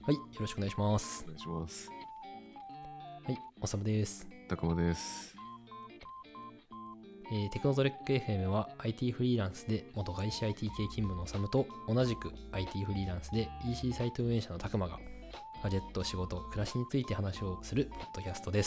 はい、よろしくお願いします。 お願いします。 はい、おさむです。 高間です。 テクノトレック FM は IT フリーランスで元外資 IT 系勤務のおさむと同じく IT フリーランスで EC サイト運営者のたくまがガジェット、仕事、暮らしについて話をするポッドキャストです。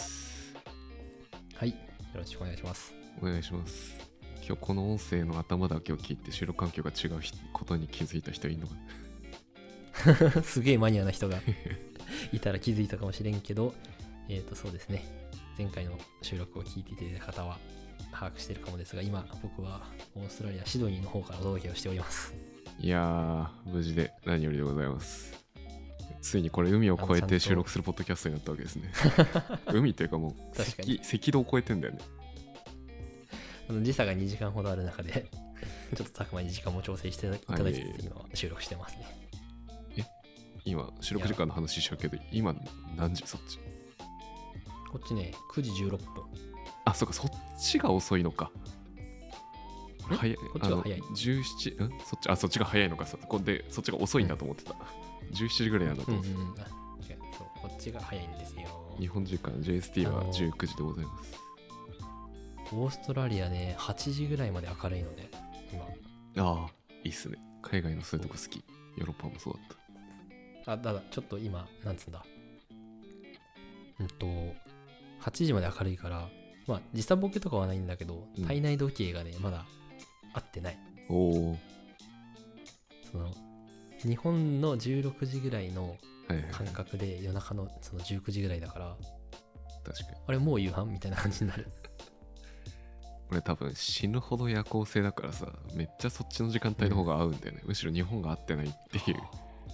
はい、よろしくお願いします。 お願いします。今日この音声の頭だけを聞いて収録環境が違うことに気づいた人いるのかなすげえマニアな人がいたら気づいたかもしれんけど、そうですね。前回の収録を聞いていた方は把握しているかもですが、今僕はオーストラリア・シドニーの方からお届けをしております。 いやー、無事で何よりでございます。ついにこれ海を越えて収録するポッドキャストになったわけですね。海っていうかもう赤道を越えてんだよね。 時差が2時間ほどある中でちょっとたくまに時間も調整していただきつつ今収録してますね。 今収録時間の話しちゃうけど、今何時そっち？ こっちね、9時16分。 あ、そうか、そっちが遅いのか。早い。 こっちが早い。 17、そっちが早いのか。そっちが遅いんだと思ってた。17時ぐらいなんだと思ってた。 違う、そう、こっちが早いんですよ。 日本時間 JST は19時でございます。 オーストラリアね、8時ぐらいまで明るいので、今。 ああ、いいっすね。海外のそういうとこ好き。ヨーロッパもそうだった。 ただちょっと今、なんつうんだ。8時まで明るいから、まあ時差ボケとかはないんだけど、体内時計がね、まだ合ってない。 おお。 その日本の16時ぐらいの感覚で夜中のその19時ぐらいだから、 確かに。 あれもう夕飯みたいな感じになる。 俺多分死ぬほど夜行性だからさ、めっちゃそっちの時間帯の方が合うんだよね。むしろ日本が合ってないっていう。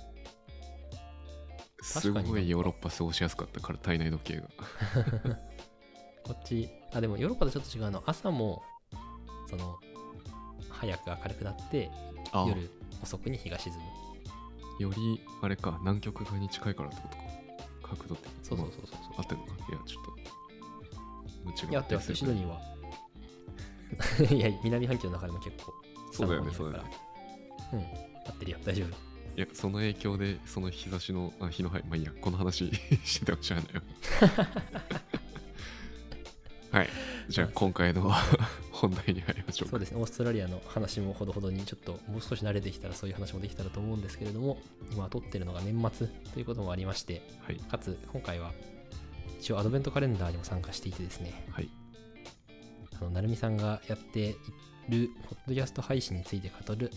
すごいヨーロッパ過ごしやすかったから体内時計が。 こっち、でもヨーロッパとちょっと違うの。朝もその早く明るくなって夜遅くに日が沈む。 よりあれか、南極側に近いからってことか。角度って。 そう。 合ってんのか。いや、ちょっと無知が。 いや、合ってますよ、シドニーは。いや、南半球の中でも結構。 そうだよね、そうだよね。 合ってるよ、大丈夫。 いや、その影響で、その日差しの、日の入り、まあいいや、この話しててほしいなよ。はい。じゃあ、今回の本題に入りましょうか。 そうですね、オーストラリアの話もほどほどに、ちょっともう少し慣れてきたら、そういう話もできたらと思うんですけれども、今撮ってるのが年末ということもありまして、 はい、 かつ、今回は、一応アドベントカレンダーにも参加していてですね、 はい。 なるみさんがやっている、ポッドキャスト配信について語る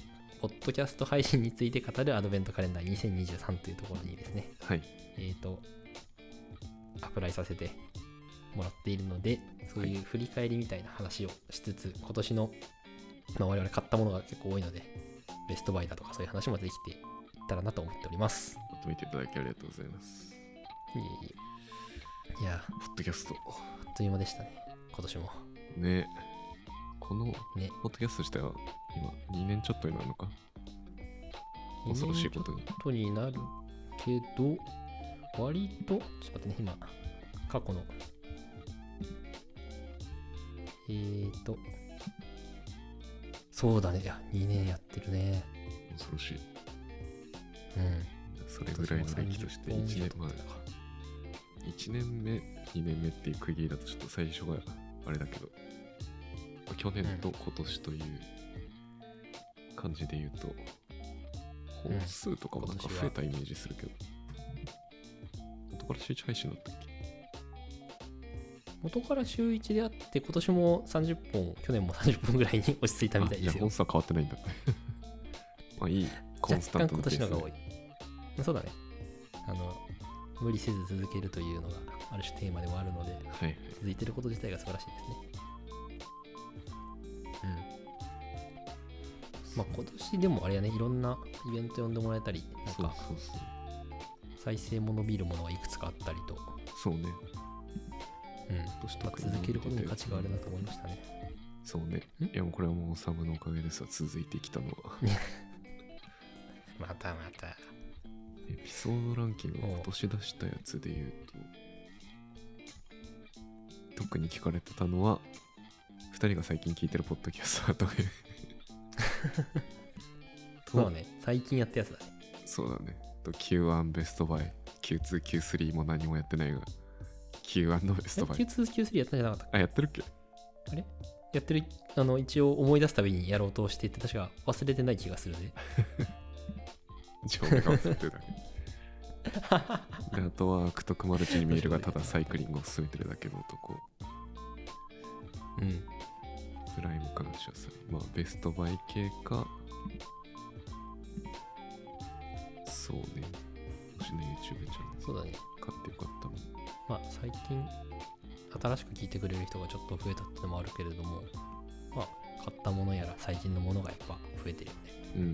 アドベントカレンダー2023というところにですね、 はい、 アプライさせてもらっているので、そういう振り返りみたいな話をしつつ、今年の、我々買ったものが結構多いので、ベストバイだとかそういう話もできていったらなと思っております。 まとめていただきありがとうございます。 いや、 ポッドキャスト。 あっという間でしたね、今年も。 ね。このポッドキャスト自体は今2年ちょっとになるのか。恐ろしいことに。 2年ちょっとになるけど、割と、ちょっと待ってね、今、過去の、そうだね、いや、2年やってるね。 恐ろしい。それぐらいの歴として1年前。1年目、2年目っていう区切りだとちょっと最初があれだけど、去年と今年という感じで言うと、本数とかもなんか増えたイメージするけど、元から週1配信だったっけ？ 元から週1であって、今年も30本、去年も30本ぐらいに落ち着いたみたいですよ。 いや、本数は変わってないんだ。まあいい、コンスタントなペースで。 若干今年のが多い。そうだね。無理せず続けるというのがある種テーマでもあるので、続いてること自体が素晴らしいですね。まあ今年でもあれやね、いろんなイベント呼んでもらえたり、なんか再生も伸びるものがいくつかあったりと、 そうね。 続けることに価値があるなと思いましたね。 そうね。いやもうこれはもうサムのおかげですわ、続いてきたのは。 また。 エピソードランキングを今年出したやつで言うと、特に聞かれてたのは、2人が最近聞いてるポッドキャストというそうね、最近やったやつだね。 そうだね。 Q1 ベストバイ、Q2、Q3 も何もやってないが、Q1 のベストバイ。 Q2、Q3 やったんじゃなかったっけ？ あ、やってるっけ？ あれやってる、一応思い出すたびにやろうとしていて、確か忘れてない気がするぜ。 じゃあ俺が忘れてるだけ。であとは悪徳マルチに見えるがただサイクリングを進めてるだけの男。 うん。 プライム感謝祭。まあベストバイ系か。そうね。私の YouTube チャンネル。 そうだね。 買ってよかったもん。 まあ最近、新しく聞いてくれる人がちょっと増えたってのもあるけれども、まあ買ったものやら最近のものがやっぱ増えてるよね。 うん。 うん。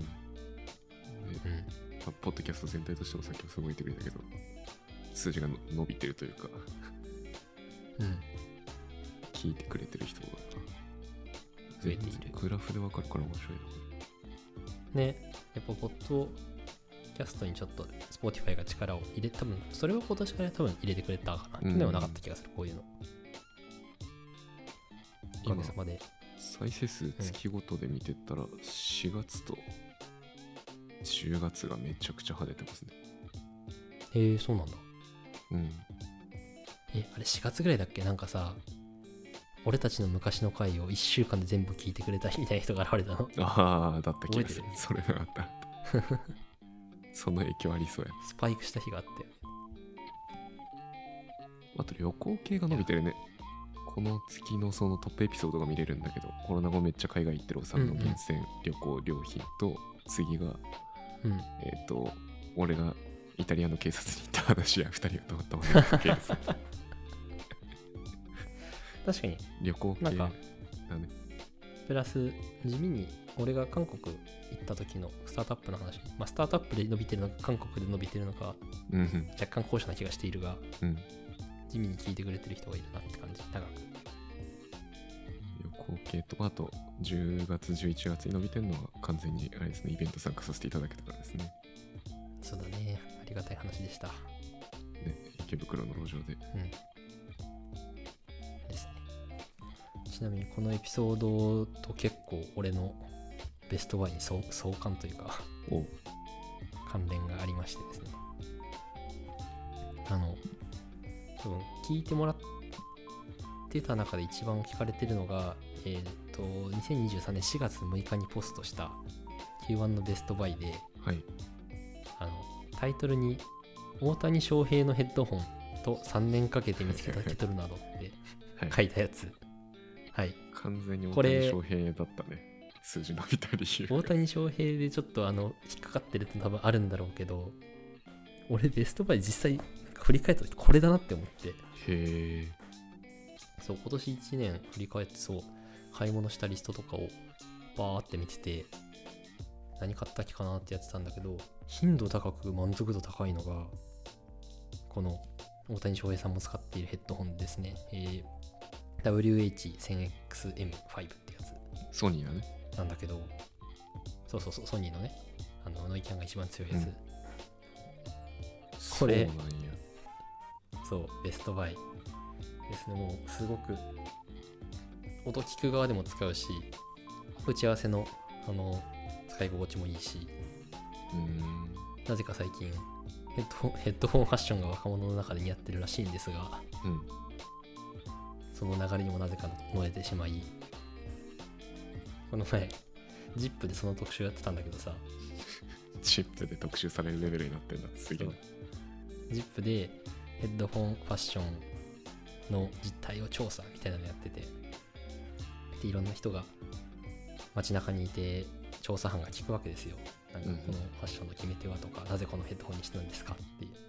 まあポッドキャスト全体としてもさっきもすごい言ってくれたけど、数字が伸びてるというか、 うん。 聞いてくれてる人が増えている。 グラフでわかるから面白いな。ね、やっぱポッドキャストにちょっと Spotify が力を入れ、多分それを今年から多分入れてくれたかな。去年はなかった気がする、こういうの。今まで。 再生数月ごとで見てったら、4月と10月がめちゃくちゃ跳ねてますね。 へえ、そうなんだ。 うん。 あれ4月ぐらいだっけ？なんかさ、俺たちの昔の回を1週間で全部聞いてくれたみたいな人が現れたの。 ああ、だった気がする。それがあった。その影響ありそうや。 スパイクした日があったよね。 あと旅行系が伸びてるね。この月のそのトップエピソードが見れるんだけど、コロナ後めっちゃ海外行ってるおさんの厳選旅行料金と、次が、俺がイタリアの警察に行った話や2人が泊まったもののケース。 確かに旅行系なんかだね。 プラス地味に俺が韓国行った時のスタートアップの話、まあ、スタートアップで伸びてるのか韓国で伸びてるのかうんうん、 若干後者な気がしているが、 うん、 地味に聞いてくれてる人がいるなって感じ。長く旅行系とあと10月11月に伸びてるのは完全にあれですね、イベント参加させていただけたからですね。 そうだね、ありがたい話でした。 ね、池袋の路上で。 うんですね。ちなみにこのエピソードと結構俺のベストバイに相関というか関連がありましてですね、多分聞いてもらってた中で一番聞かれてるのが2023年4月6日にポストした Q1 のベストバイで、 はい、 タイトルに大谷翔平のヘッドホンと3年かけて見つけたケトルなどって書いたやつ、はい、 完全に大谷翔平だったね。数字伸びた理由。 大谷翔平でちょっと引っかかってるって多分あるんだろうけど、俺ベストバイ実際振り返った時これだなって思って。 へえ。 そう、今年1年振り返ってそう買い物したリストとかをバーって見てて、何買ったっけかなってやってたんだけど、頻度高く満足度高いのがこの大谷翔平さんも使っているヘッドホンですね。WH-1000XM5 ってやつ。 ソニーだね。 なんだけど、そうソニーのね、ノイキャンが一番強いやつ。これ、そうベストバイですね。もうすごく音聞く側でも使うし、打ち合わせの使い心地もいいし、なぜか最近ヘッドホンファッションが若者の中で似合ってるらしいんですが、その流れにもなぜか乗れてしまい、この前ZIP でその特集やってたんだけどさ、 ZIP で特集されるレベルになってるんだ。すげえ。 ZIP でヘッドホンファッションの実態を調査みたいなのやってて、でいろんな人が街中にいて調査班が聞くわけですよ。なんかこのファッションの決め手はとか、なぜこのヘッドホンにしたんですかっていう、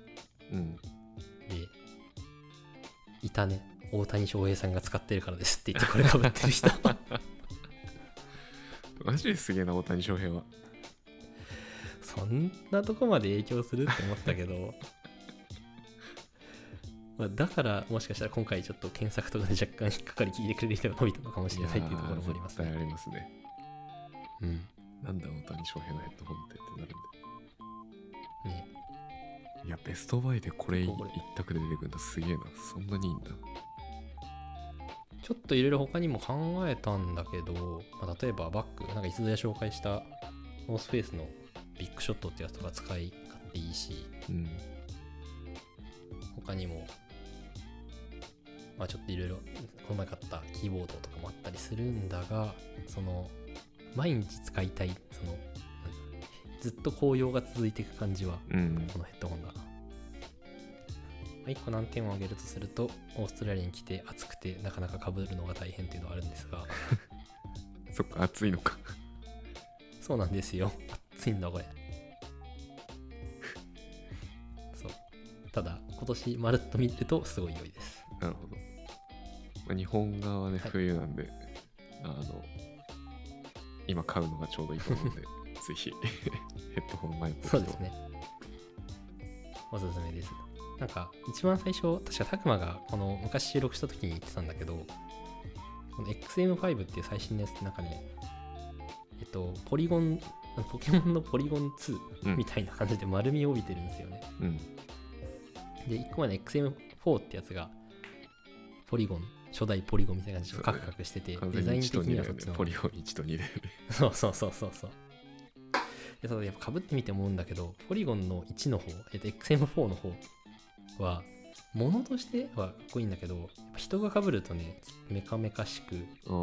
でいたね、大谷翔平さんが使ってるからですって言ってこれかぶってる人マジですげえな、大谷翔平は。 そんなとこまで影響するって思ったけどまあだからもしかしたら今回ちょっと検索とかで若干引っかかり聞いてくれる人が伸びたのかもしれないっていうところもありますね。 絶対ありますね。なんだ大谷翔平のヘッドホンってなるんで。ね。いや、ベストバイでこれ一択で出てくるんだ。すげえな。そんなにいいんだ。 ちょっといろいろ他にも考えたんだけど、まあ、例えばバッグ、なんかいつぞや紹介したノースフェイスのビッグショットってやつとか使い勝っていいし、他にもまあちょっといろいろこの前買ったキーボードとかもあったりするんだが、その毎日使いたい、そのずっと紅葉が続いていく感じは、このヘッドホンだな。1個難点を挙げるとすると、オーストラリアに来て暑くてなかなか被るのが大変っていうのはあるんですがそっか、暑いのか。 そうなんですよ、暑いんだこれそう、ただ今年まるっと見るとすごい良いです。 なるほど、まあ、日本側はね、冬なんで今買うのがちょうどいいと思うんでぜひヘッドホン前とそうですね、おすすめです。なんか一番最初、確かタクマがこの昔収録した時に言ってたんだけど、この XM5 っていう最新のやつってなんかね、ポリゴン、ポケモンのポリゴン2みたいな感じで丸みを帯びてるんですよね。で、1個前の XM4 ってやつがポリゴン、初代ポリゴンみたいな感じでカクカクしてて、デザイン的にはそっちのポリゴン1と2でそうで、ただやっぱ被ってみて思うんだけど、ポリゴンの1の方、XM4 の方は物としてはかっこいいんだけど、やっぱ人が被るとね、メカメカしく、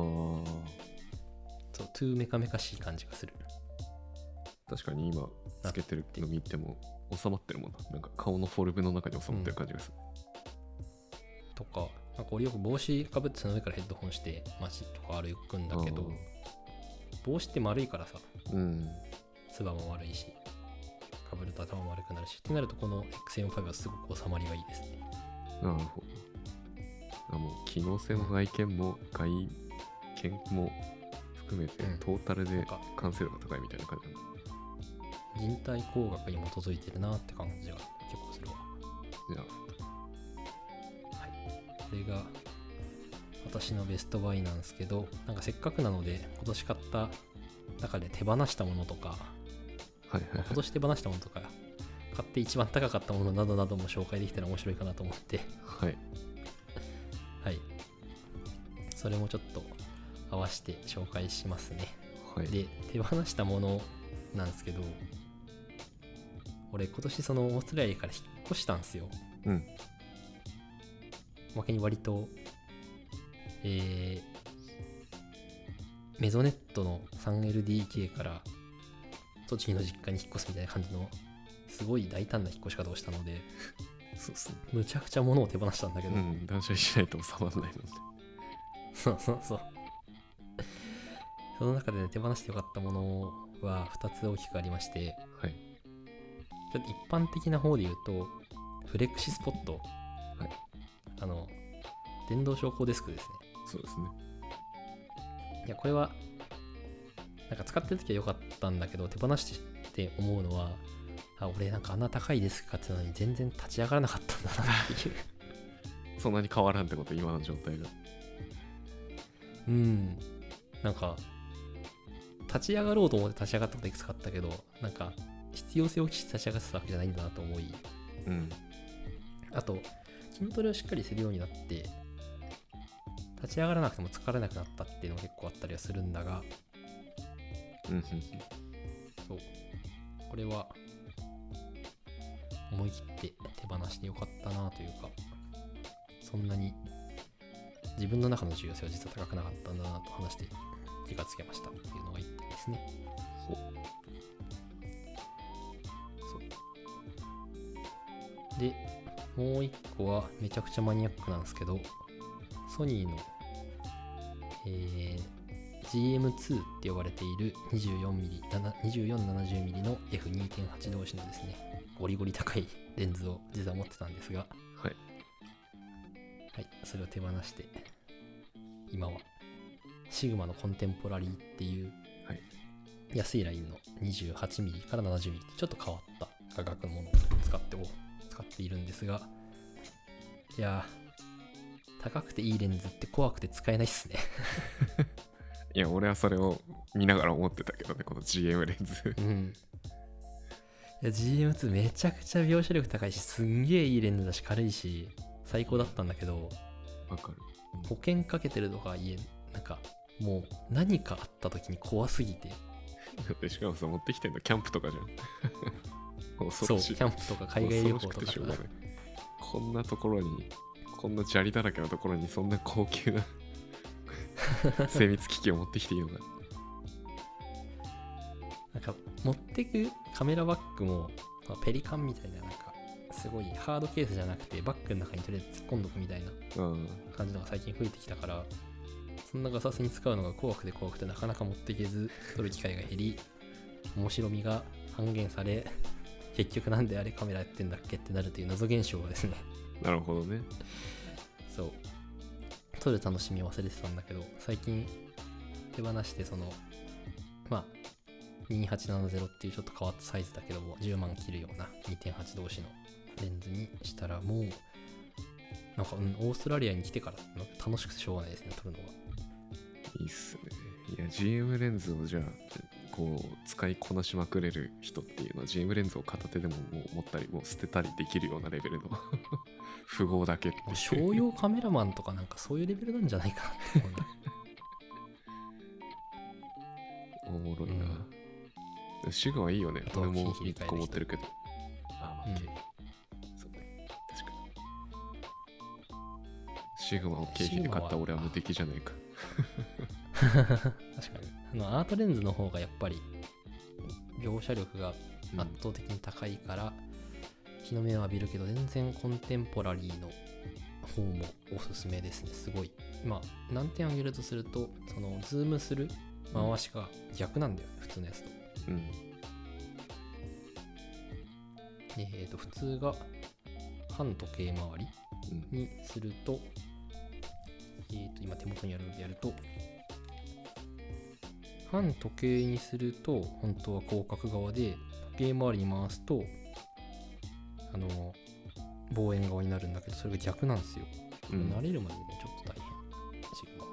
そう、トゥーメカメカしい感じがする。 確かに今つけてるの見ても収まってるもんな。なんか顔のフォルムの中に収まってる感じがする。 とか、なんか俺よく帽子かぶってその上からヘッドホンして街とか歩くんだけど、帽子って丸いからさ、つばも悪いし、かぶると頭も悪くなるしってなると、この XM5 はすごく収まりがいいですね。 なるほど。もう機能性の外見も外見も含めてトータルで完成度が高いみたいな感じなんだ。 人体工学に基づいてるなって感じが結構するわ。 なるほど。 はい。これが私のベストバイなんですけど、なんかせっかくなので今年買った中で手放したものとか、今年手放したものとか、買って一番高かったものなどなども紹介できたら面白いかなと思って、 はい。 はい。それもちょっと合わせて紹介しますね。 はい、 で、手放したものなんですけど、俺今年そのオーストラリアから引っ越したんですよ。おまけに割と、メゾネットの 3LDK から栃木の実家に引っ越すみたいな感じのすごい大胆な引っ越し方をしたので、 そうっすね、 むちゃくちゃ物を手放したんだけど、 断捨離しないと収まらないので。 そうその中で、ね、手放してよかったものは2つ大きくありまして、 はい、 ちょっと一般的な方で言うとフレクシスポット、 はい、 電動昇降デスクですね。 そうですね。 いや、これはなんか使ってる時は良かったんだけど、手放して思うのは、俺なんかあんな高いデスク買ってたのに全然立ち上がらなかったんだなっていうそんなに変わらんってこと、今の状態が。 なんか立ち上がろうと思って立ち上がったこといくつかあったけど、なんか必要性を期して立ち上がってたわけじゃないんだなと思い、あと筋トレをしっかりするようになって立ち上がらなくても疲れなくなったっていうのが結構あったりはするんだが、そうこれは思い切って手放してよかったなというか、そんなに自分の中の重要性は実は高くなかったんだなと話して気がつけましたっていうのが一点ですね。そうで、もう一個はめちゃくちゃマニアックなんですけど、ソニーの、GM2 って呼ばれている 2470mm の F2.8 同士のですね、ゴリゴリ高いレンズを実は持ってたんですが、はい、それを手放して、今はシグマのコンテンポラリーっていう安いラインの 28mm から 70mm ちょっと変わった価格のものを使っているんですが、いや高くていいレンズって怖くて使えないっすねいや、俺はそれを見ながら思ってたけどね、この GM レンズいや GM2 めちゃくちゃ描写力高いし、すんげえいいレンズだし軽いし最高だったんだけど、 わかる。 保険かけてるとかいえ、なんかもう何かあった時に怖すぎてだってしかもさ、持ってきてんのキャンプとかじゃんそうキャンプとか海外旅行とか恐ろしくてしょうがない。こんなところに、こんな砂利だらけのところにそんな高級な精密機器を持ってきていいのか。 なんか持ってくカメラバッグも、まあペリカンみたいな、なんかすごいハードケースじゃなくてバッグの中にとりあえず突っ込んどくみたいな感じのが最近増えてきたから、そんなガサツに使うのが怖くてなかなか持っていけず、取る機会が減り、面白みが半減され、結局なんであれカメラやってんだっけってなるという謎現象がですね。 なるほどね。 そう撮る楽しみを忘れてたんだけど、最近手放して、そのまあ2870っていうちょっと変わったサイズだけども10万切るような 2.8 同士のレンズにしたら、もうなんか、オーストラリアに来てからなんか楽しくてしょうがないですね、撮るのが。 いいっすね。いや GM レンズをじゃあこう使いこなしまくれる人っていうのは GM レンズを片手でももう持ったりもう捨てたりできるようなレベルの富豪だけっていう。 商用カメラマンとかなんかそういうレベルなんじゃないかなって思うんだ。 おもろいな。シグマいいよね。 あとは俺も1 切り替える人個持ってるけど。あ、 うん OK。そうね。確かに。シグマを経費で買った俺は無敵じゃないか。 確かにアートレンズの方がやっぱり描写力が圧倒的に高いから日の目を浴びるけど、全然コンテンポラリーの方もおすすめですね。すごい、まあ何点挙げるとすると、そのズームする回しが逆なんだよね、普通のやつと。普通が半時計回りにすると、今手元にあるのでやると、半時計にすると本当は広角側で、時計回りに回すと望遠側になるんだけど、それが逆なんですよ。慣れるまでねちょっと大変。シグマ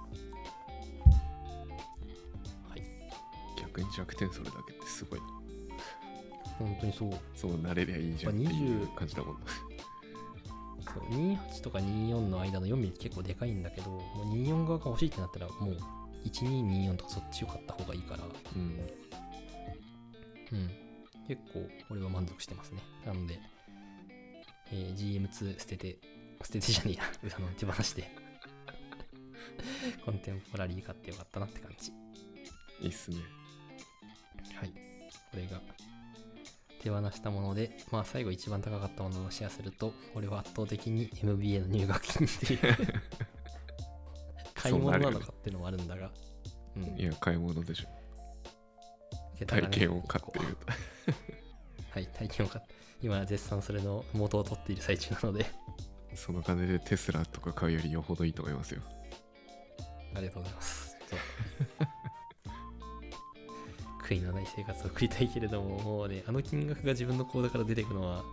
はい。 逆に弱点それだけってすごいな。 本当にそう。 その慣れりゃいいじゃんっていう感じだもんな。 そう28とか24の間の4ミリ結構でかいんだけど、もう24側が欲しいってなったらもう1224とかそっちを買った方がいいから、結構俺は満足してますね。なので、GM2 捨ててじゃねえや手放してコンテンポラリー買ってよかったなって感じ。 いいっすね。 はい、これが手放したもので、まあ最後一番高かったものをシェアすると、俺は圧倒的に MBA の入学金っていう買い物なのかっていうのもあるんだが、 いや買い物でしょ。体験を買っているとはい、体験を買って今絶賛それの元を取っている最中なのでその金でテスラとか買うよりよほどいいと思いますよ。 ありがとうございます。悔いのない生活を送りたいけれども、もうね、あの金額が自分の口座から出ていくのは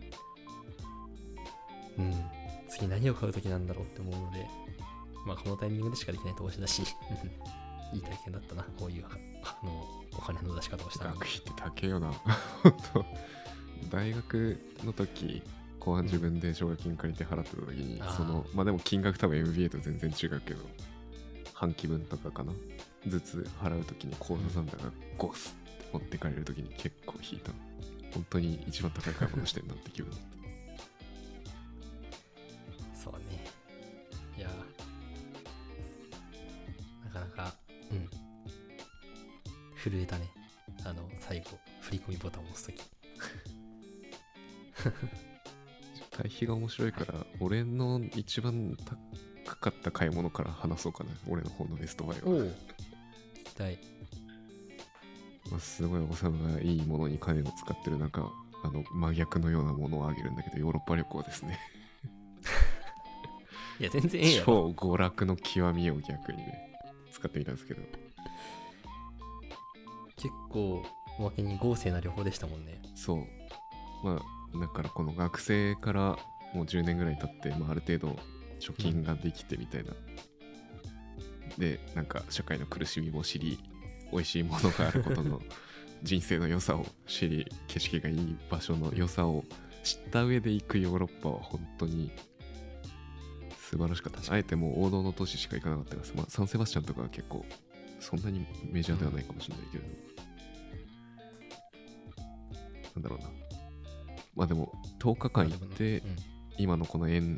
次何を買うときなんだろうって思うので、まあこのタイミングでしかできない投資だしいい体験だったな、こういうお金の出し方をしたの。 学費って高えよな大学の時後半自分で奨学金借りて払ってた時に、まあでも金額多分 MBA と全然違うけど、半期分とかかなずつ払う時に口座残高がゴスって持って帰れる時に結構引いた。本当に一番高い買い物してんなって気分だった。 そうね。いやなかなか震えたね。最後振り込みボタンを押すとき対比が面白いから、俺の一番高かった買い物から話そうかな。俺の方のベストバイは。 聞きたい。 すごいおさむがいいものに金を使ってる中、真逆のようなものをあげるんだけど、ヨーロッパ旅行ですねいや全然ええやろ。 超娯楽の極みを逆にね使ってみたんですけど、 結構おまけに豪勢な旅行でしたもんね。 そう、まあだからこの学生からもう10年ぐらい経って、まあ、ある程度貯金ができてみたいな、でなんか社会の苦しみも知り、美味しいものがあることの人生の良さを知り、景色がいい場所の良さを知った上で行くヨーロッパは本当に素晴らしかった。あえてもう王道の都市しか行かなかったから、まあ、サンセバスチャンとかは結構そんなにメジャーではないかもしれないけれど、なんだろうな、 まあでも10日間行ってうん今のこの円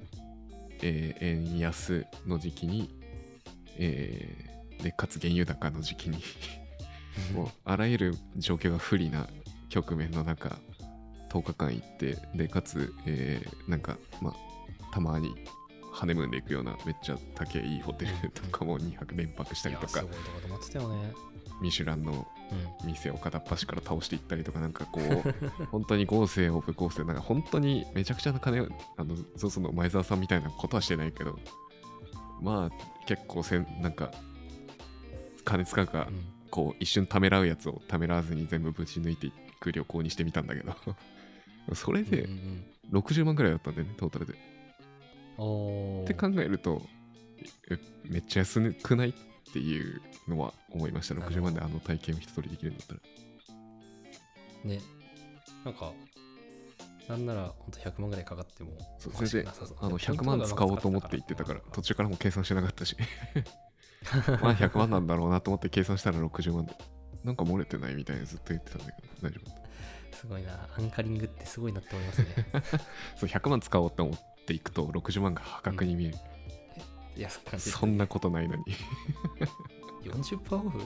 安の時期に、でかつ原油高の時期にもうあらゆる状況が不利な局面の中10日間行ってでかつ、なんかまあたまにハネムーンで行くようなめっちゃ高いホテルとかも2泊連泊したりとか、 いやすごいとこ泊まってたよね。 ミシュランのうん店を片っ端から倒していったりとか、なんかこう本当に豪勢オブ豪勢、なんか本当にめちゃくちゃな金をZOZOの前澤さんみたいなことはしてないけど、まあ結構なんか金使うか、 うんこう一瞬ためらうやつをためらわずに全部ぶち抜いていく旅行にしてみたんだけどそれで60万くらいだったんだよねトータルで。 おーって考えるとめっちゃ安くないっていうのは思いました。60万であの体験を一通りできるんだったらね、なんかなんならほんと100万ぐらいかかってもそうおかしくそれでなさそう 100万使おうと思って言ってたから途中からもう計算してなかったしまあ100万なんだろうなと思って計算したら60万でなんか漏れてないみたいにずっと言ってたんだけど大丈夫だった。 すごいな、アンカリングってすごいなって思いますねそう100万使おうと思っていくと60万が破格に見える、 安く感じる。 そんなことないのに 40%オフ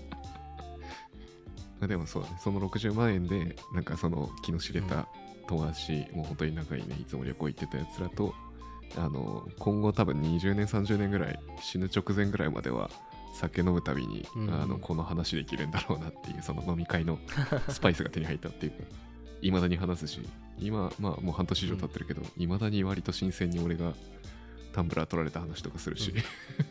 まあでもそうだね、その60万円でなんかその気の知れた友達、もう本当に仲いいね、いつも旅行行ってたやつらと今後多分20年30年ぐらい死ぬ直前ぐらいまでは酒飲むたびに、この話できるんだろうなっていう、その飲み会のスパイスが手に入ったっていうかいまだに話すし、今まあもう半年以上経ってるけどいまだに割と新鮮に俺がタンブラー取られた話とかするし、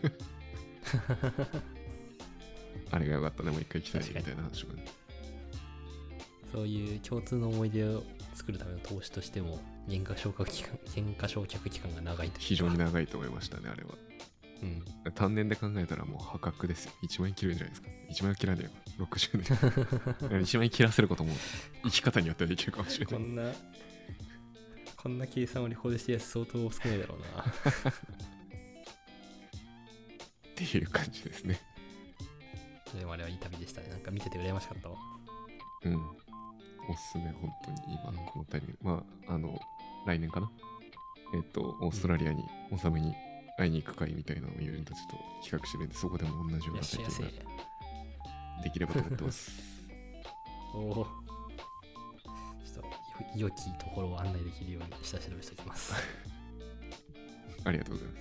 あれがよかったね、もう一回行きたいみたいな話もね。 そういう共通の思い出を作るための投資としても減価償却期間が長いというか非常に長いと思いましたね、あれは。 うん、 単年で考えたらもう破格ですよ。1万円切るんじゃないですか。1万円切らねえよ。60年。1万円切らせることも生き方によってはできるかもしれない。 こんな計算をリコードしてるやつ相当少ないだろうなっていう感じですね。 でもあれはいい旅でしたね。なんか見てて羨ましかったわ。 うん。おすすめ、本当に今このタイミング。まあ、来年かな。オーストラリアに、オサムに会いに行く会みたいなのを友人たちと企画してるんで、そこでも同じような体験ができればと思ってます。 おお。ちょっと良きところを案内できるように下調べしておきます。 ありがとうございます。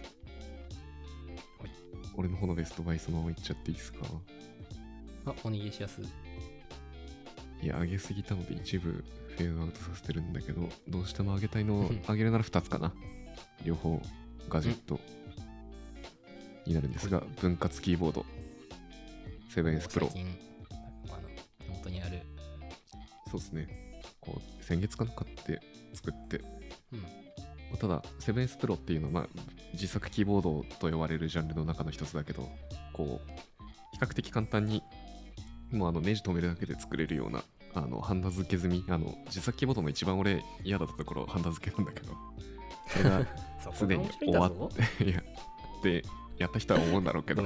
俺の方のベストバイそのままいっちゃっていいですか？ あ、おにぎりしやす。 いや、上げすぎたので一部フェードアウトさせてるんだけど、どうしても上げたいのを上げるなら2つかな。両方ガジェットになるんですが、分割キーボード 7S Pro。 最近手元にある。 そうですね。こう先月かな買って作って。ただ 7S Pro っていうのは、まあ、自作キーボードと呼ばれるジャンルの中の一つだけど、こう比較的簡単にもうネジ止めるだけで作れるようなハンダ付け済み、自作キーボードの一番俺嫌だったところハンダ付けなんだけど、それがすでに終わっていやでやった人は思うんだろうけど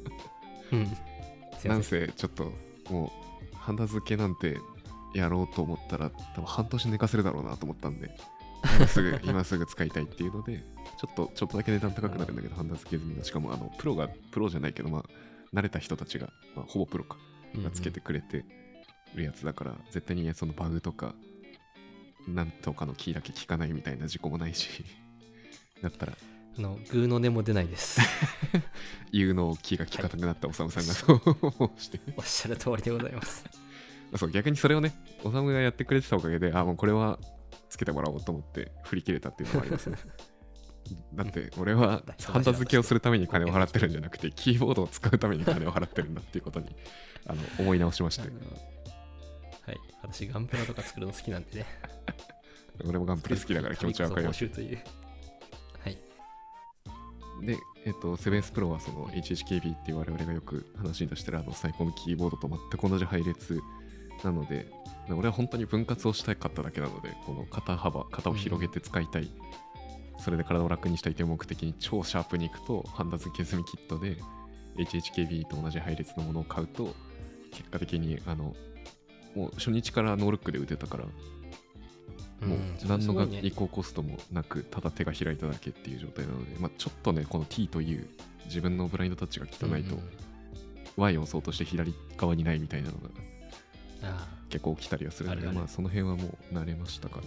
なんせちょっともうハンダ付けなんてやろうと思ったら多分半年寝かせるだろうなと思ったんで、今すぐ使いたいっていうのでちょっとだけ値段高くなるんだけど、ハンダ付け済みの、しかもプロじゃないけど、まあ慣れた人たちが、まあ、ほぼプロかがつけてくれてるやつだから、絶対にそのバグとかなんとかのキーだけ効かないみたいな事故もないしだったらグーの音も出ないです言うのを気が利かなくなったおさむさんがそうしておっしゃる通りでございますそう、逆にそれをねおさむがやってくれてたおかげで、もうこれはつけてもらおうと思って振り切れたっていうのもありますねだって俺はハンダ付けをするために金を払ってるんじゃなくてキーボードを使うために金を払ってるんだっていうことに思い直しまして、 はい、私ガンプラとか作るの好きなんでね俺もガンプラ好きだから気持ちわかります。 というはいで、7S Pro はその HHKB っていう我々がよく話に出してるサイコムキーボードと全く同じ配列なので、俺は本当に分割をしたかっただけなので、この肩を広げて使いたい、それで体を楽にしたいという目的に超シャープに行くと、ハンダ付け済みキットで HHKB と同じ配列のものを買うと、結果的にもう初日からノールックで打てたから、 もう何のすごいね移行コストもなくただ手が開いただけっていう状態なので、まあ、ちょっとねこの T という自分のブラインドタッチが汚いと Y を押そうとして左側にないみたいなのが結構起きたりはするので、まあその辺はもう慣れましたかね。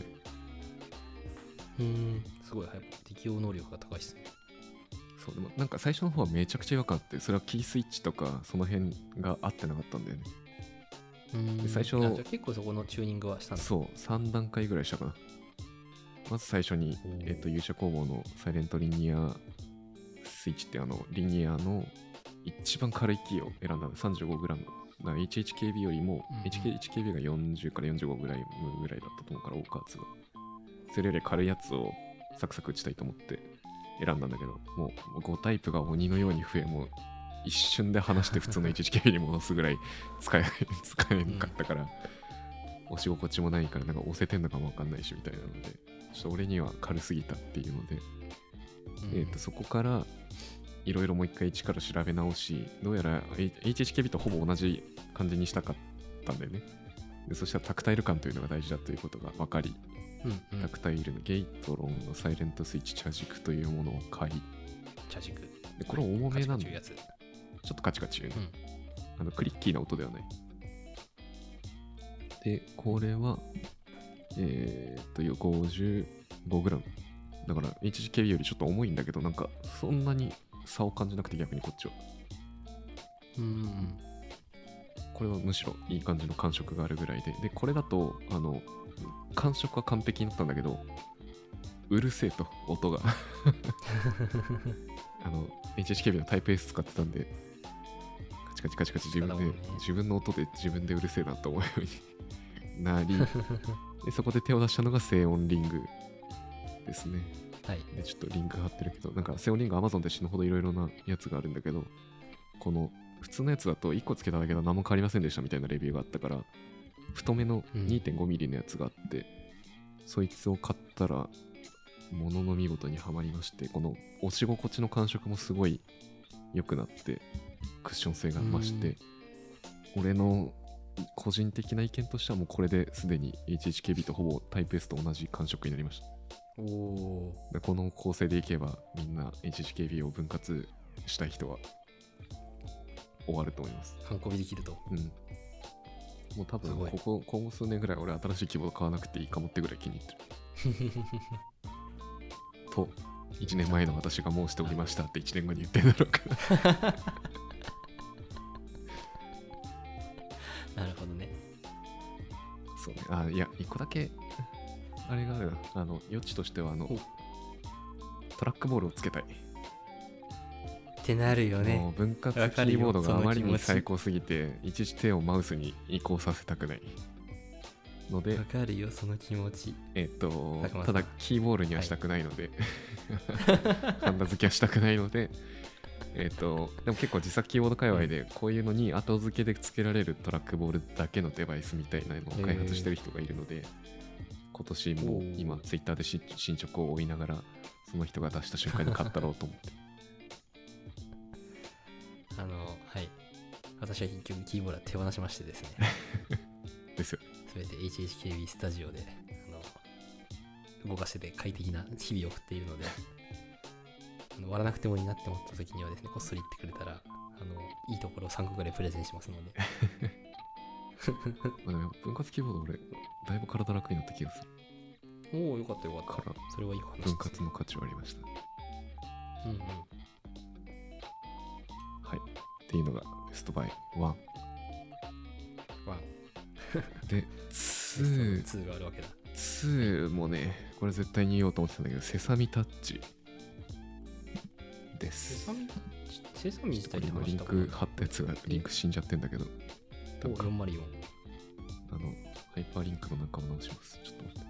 すごい適応能力が高いですね。 そうでもなんか最初の方はめちゃくちゃ違和感あって、それはキースイッチとかその辺が合ってなかったんだよね。で最初じゃあ結構そこのチューニングはしたんだ。 そう3段階ぐらいしたかな。まず最初に、勇者工房のサイレントリニアスイッチってリニアの一番軽いキーを選んだの 35g だから HHKB よりも、HHKB が40から 45g ぐらいだったと思うから、オーカーツがそれより軽いやつをサクサク打ちたいと思って選んだんだけど、もう5タイプが鬼のように増え、もう一瞬で離して普通の HHKB に戻すぐらい使えなかったから、押し心地もないからなんか押せてんのかもわかんないしみたいなので、ちょっと俺には軽すぎたっていうので、そこからいろいろもう一回一から調べ直し、どうやら HHKB とほぼ同じ感じにしたかったんだよね。でそしたらタクタイル感というのが大事だということが分かり、タクタイルのゲイトロンのサイレントスイッチ茶軸というものを買い、 茶軸でこれ重めなんで、 やつちょっとカチカチ言うね、クリッキーな音ではない。でこれは55g だから HGKB よりちょっと重いんだけど、なんかそんなに差を感じなくて、逆にこっちはこれはむしろいい感じの感触があるぐらいで、これだと感触は完璧になったんだけど、うるせえと音がHHKB のタイプ S 使ってたんで、カチカチ自分の音で自分でうるせえなと思うようになりでそこで手を出したのが静音リングですね。でちょっとリンク貼ってるけど、なんか静音リング Amazon で死ぬほどいろいろなやつがあるんだけど、この普通のやつだと1個つけただけで何も変わりませんでしたみたいなレビューがあったから、太めの 2.5mm のやつがあって、そいつを買ったらものの見事にはまりまして、この押し心地の感触もすごい良くなってクッション性が増して、俺の個人的な意見としてはもうこれですでに HHKB とほぼタイプ S と同じ感触になりました。でこの構成でいけばみんな HHKB を分割したい人は終わると思います。 反抗できると。 もう多分今後数年ぐらい俺新しいキーボード買わなくていいかもってぐらい気に入ってると1年前の私が申しておりましたって1年後に言ってるだろうからなるほどね。 そうね。いや1個だけあれがあるな。余地としてはトラックボールをつけたいってなるよね。 もう分割キーボードがあまりに最高すぎて、いちいち手をマウスに移行させたくないので、 わかるよその気持ち。 ただキーボールにはしたくないので、ハンダ付けはしたくないので、でも結構自作キーボード界隈でこういうのに後付けで付けられるトラックボールだけのデバイスみたいなのを開発してる人がいるので、今年も今ツイッターで進捗を追いながら、その人が出した瞬間に買ったろうと思って私は結局キーボードは手放しましてですねですよ。 それで HHKB スタジオで動かしてて快適な日々を送っているので割らなくてもいいなって思った時にはですね、こっそり言ってくれたらいいところを3個ぐらいプレゼンしますのででも分割キーボード俺だいぶ体楽になった気がする。 おお、よかったよかった。 からそれはいい話です、ね、 分割の価値はありました。はい。っていうのがベストバイ1。で、 2があるわけだ。 2もね、これ絶対に言おうと思ってたんだけど、セサミタッチです。 セサミ自体って今リンク貼ったやつがリンク死んじゃってんだけど、 404。 ハイパーリンクの中も直します。ちょっと待って。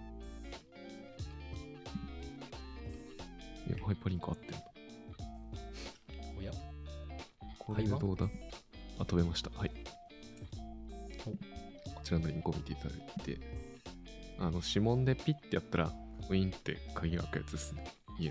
いや、ハイパーリンク合ってんの。 おやこれでどうだ？飛べました。はい。こちらのリンクを見ていただいて、指紋でピッてやったら、ウィンって鍵が開くやつですね。家の。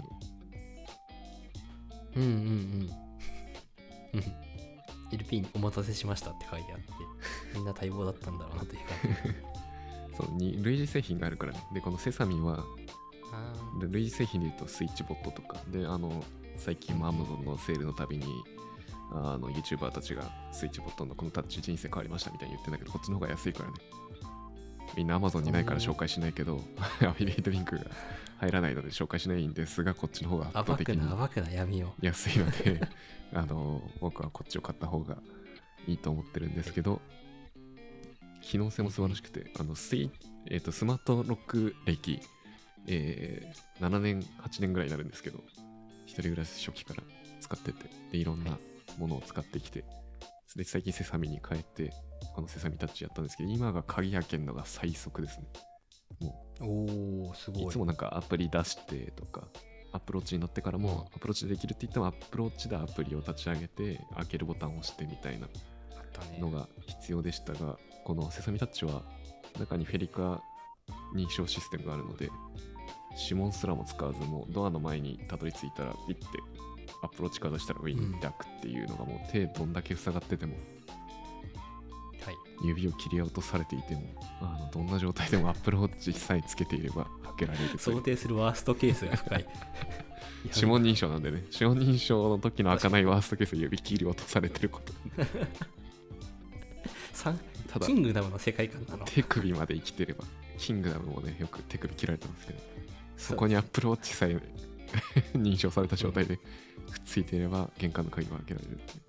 LP にお待たせしましたって書いてあって、みんな待望だったんだろうなという感じ。 そうに類似製品があるからね。でこのセサミはあ類似製品で言うとスイッチボットとかで、最近も Amazon のセールのたびにYouTuber たちがスイッチボットのこのタッチ人生変わりましたみたいに言ってんだけど、こっちの方が安いからね。みんな Amazon にないから紹介しないけど、アフィリエイトリンクが入らないので紹介しないんですが、こっちの方が圧倒的に暴くなやめよ安いので僕はこっちを買った方がいいと思ってるんですけど、機能性も素晴らしくて、スマートロック歴、7年8年ぐらいになるんですけど、一人暮らし初期から使ってて、でいろんなものを使ってきて、で最近セサミに変えてこのセサミタッチやったんですけど、今が鍵開けるのが最速ですね。もう。おー、すごい。 いつもなんかアプリ出してとか、アプローチになってからもアプローチできるって言ってもアプローチでアプリを立ち上げて開けるボタンを押してみたいなのが必要でしたが、このセサミタッチは中にフェリカ認証システムがあるので、指紋すらも使わず、もうドアの前にたどり着いたらピッてアプローチかざしたらウィンって開くっていうのが、もう手どんだけ塞がってても、指を切り落とされていてもどんな状態でもアプローチさえつけていれば開けられる。 想定するワーストケースが深い。 指紋認証なんでね、指紋認証の時の開かないワーストケースは指切り落とされてること。ただキングダムの世界観なの。 手首まで生きてれば、キングダムもねよく手首切られてますけど、そこにアプローチさえ認証された状態でくっついていれば玄関の鍵が開けられるっていう。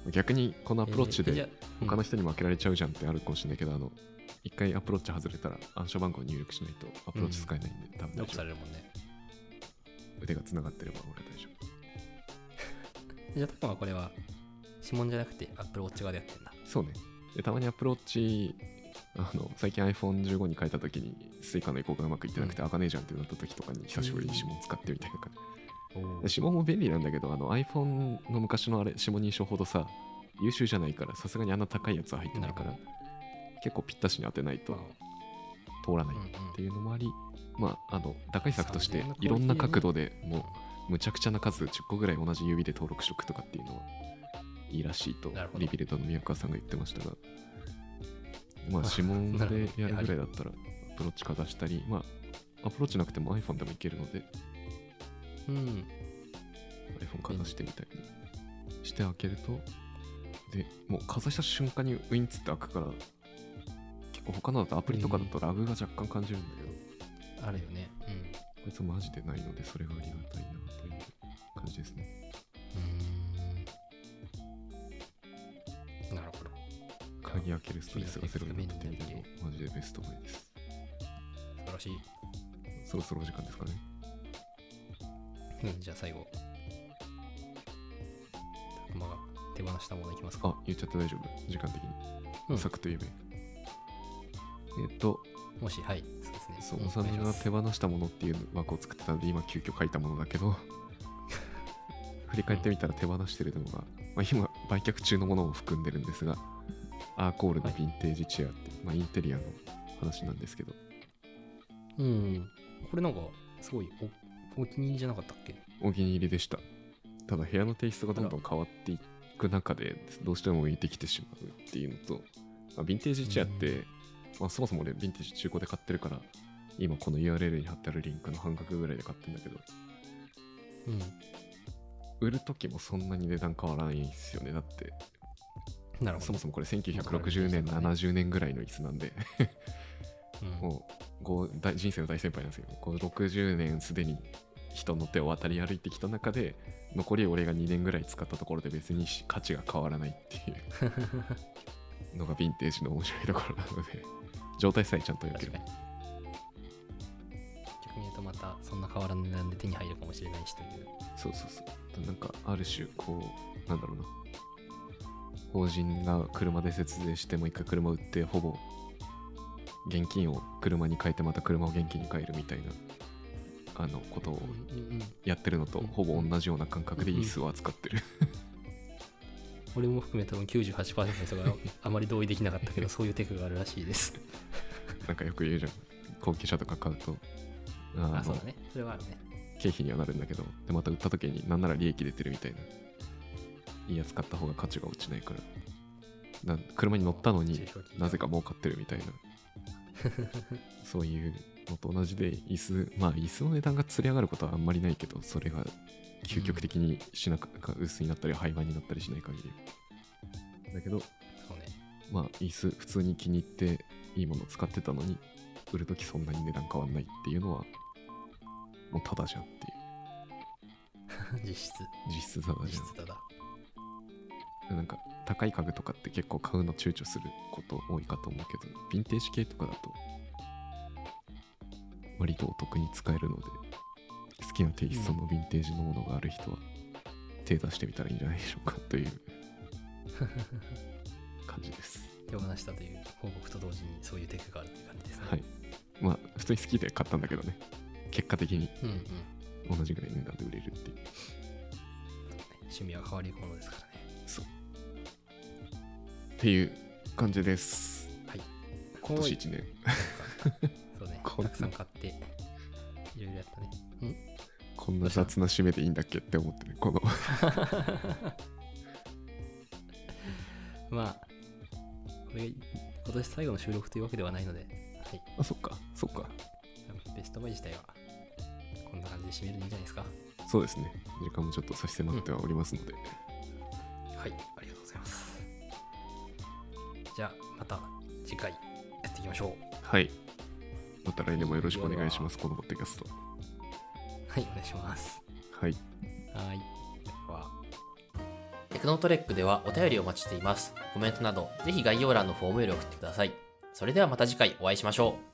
逆にこのアプローチで他の人にも開けられちゃうじゃんってあるかもしれないけど、一回アプローチ外れたら暗証番号入力しないとアプローチ使えないんで、多分大丈夫。 ロックされるもんね。 腕が繋がってれば俺は大丈夫。 じゃあ、たくまはこれは指紋じゃなくてアプローチ側でやってんだ。 そうね。でたまにアプローチ最近 iPhone15 に変えた時にスイカの移行がうまくいってなくて開かねえじゃんってなった時とかに久しぶりに指紋使ってみたいな感じ。指紋も便利なんだけど、iPhone の昔のあれ指紋認証ほどさ優秀じゃないから、さすがにあんな高いやつは入ってないから、結構ぴったしに当てないと通らないっていうのもあり、打開策としていろんな角度でもうむちゃくちゃな数10個ぐらい同じ指で登録しとくとかっていうのはいいらしいとリビルドの宮川さんが言ってましたが、指紋でやるぐらいだったらアプローチかざしたり、アプローチなくても iPhone でもいけるので、iPhone かざしてみたいにして開けると、でもうかざした瞬間にウィンツって開くから、結構他のだとアプリとかだとラグが若干感じるんだけど、 あるよね。 こいつマジでないので、それがありがたいなという感じですね。 なるほど。 鍵開けるストレスがゼロになってみるのマジでベストバイです。 素晴らしい。 そろそろお時間ですかね。 じゃあ最後、たくまが手放したものいきますか。 言っちゃって大丈夫、時間的に。サクッと言えば。 もし、はい、そうですね。 そう、おさむが手放したものっていう枠を作ってたので、今急遽書いたものだけど、振り返ってみたら手放してるのが、今売却中のものを含んでるんですが、アーコールのヴィンテージチェアって、インテリアの話なんですけど、 これなんかすごい お気に入りじゃなかったっけ？ お気に入りでした。ただ部屋のテイストがどんどん変わっていく中でどうしても浮いてきてしまうっていうのと、ヴィンテージチェアって、そもそも俺ヴィンテージ中古で買ってるから、今この URL に貼ってあるリンクの半額ぐらいで買ってるんだけど、売るときもそんなに値段変わらないんですよね。だってそもそもこれ1960年、70年ぐらいの椅子なんでもう人生の大先輩なんですよ。60年すでに人の手を渡り歩いてきた中で、残り俺が2年ぐらい使ったところで別に価値が変わらないっていうのがヴィンテージの面白いところなので、状態さえちゃんと良ければ。 逆に言うとまたそんな変わらない値段で手に入るかもしれないしという。 そう。なんかある種なんだろうな。法人が車で節税してもう一回車売ってほぼ現金を車に変えてまた車を現金に変えるみたいなことをやってるのとほぼ同じような感覚で椅子を扱ってる。 俺も含め多分 98% の人があまり同意できなかったけどそういうテクがあるらしいです。 なんかよく言うじゃん、高級車とか買うとそうだね、それはあるね。 経費にはなるんだけど、でまた売った時になんなら利益出てるみたいな、いいやつ買った方が価値が落ちないから、車に乗ったのになぜか儲かってるみたいなそういうのと同じで椅子の値段がつり上がることはあんまりないけど、それが究極的に薄になったり廃盤になったりしない限りだけど、 そうね。 椅子普通に気に入っていいものを使ってたのに売るときそんなに値段変わんないっていうのはもうただじゃんっていう。 実質ただじゃん。 ただ。 なんか高い家具とかって結構買うの躊躇すること多いかと思うけど、ヴィンテージ系とかだと割とお得に使えるので、好きなテイストのヴィンテージのものがある人は手出してみたらいいんじゃないでしょうかという感じです。 手を離したという報告と同時にそういうテクがあるって感じですね。 はい。普通に好きで買ったんだけどね、結果的に同じぐらい値段で売れるっていう。 趣味は変わりゆくものですからね。 そうっていう感じです。 はい。 今年1年そうね。たくさん買っていろいろやったね。 こんな雑な締めでいいんだっけって思ってね、このまあこれ今年最後の収録というわけではないので、はい。 そっかベストバイ自体はこんな感じで締めるでいいんじゃないですか。 そうですね。時間もちょっと差し迫ってはおりますので、 はい、ありがとうございます。じゃあまた次回やっていきましょう。 はい。また来年もよろしくお願いします。このポッドキャスト。 はい、お願いします。 はい。 では、テクノトレックではお便りをお待ちしています。コメントなどぜひ概要欄のフォームより送ってください。それではまた次回お会いしましょう。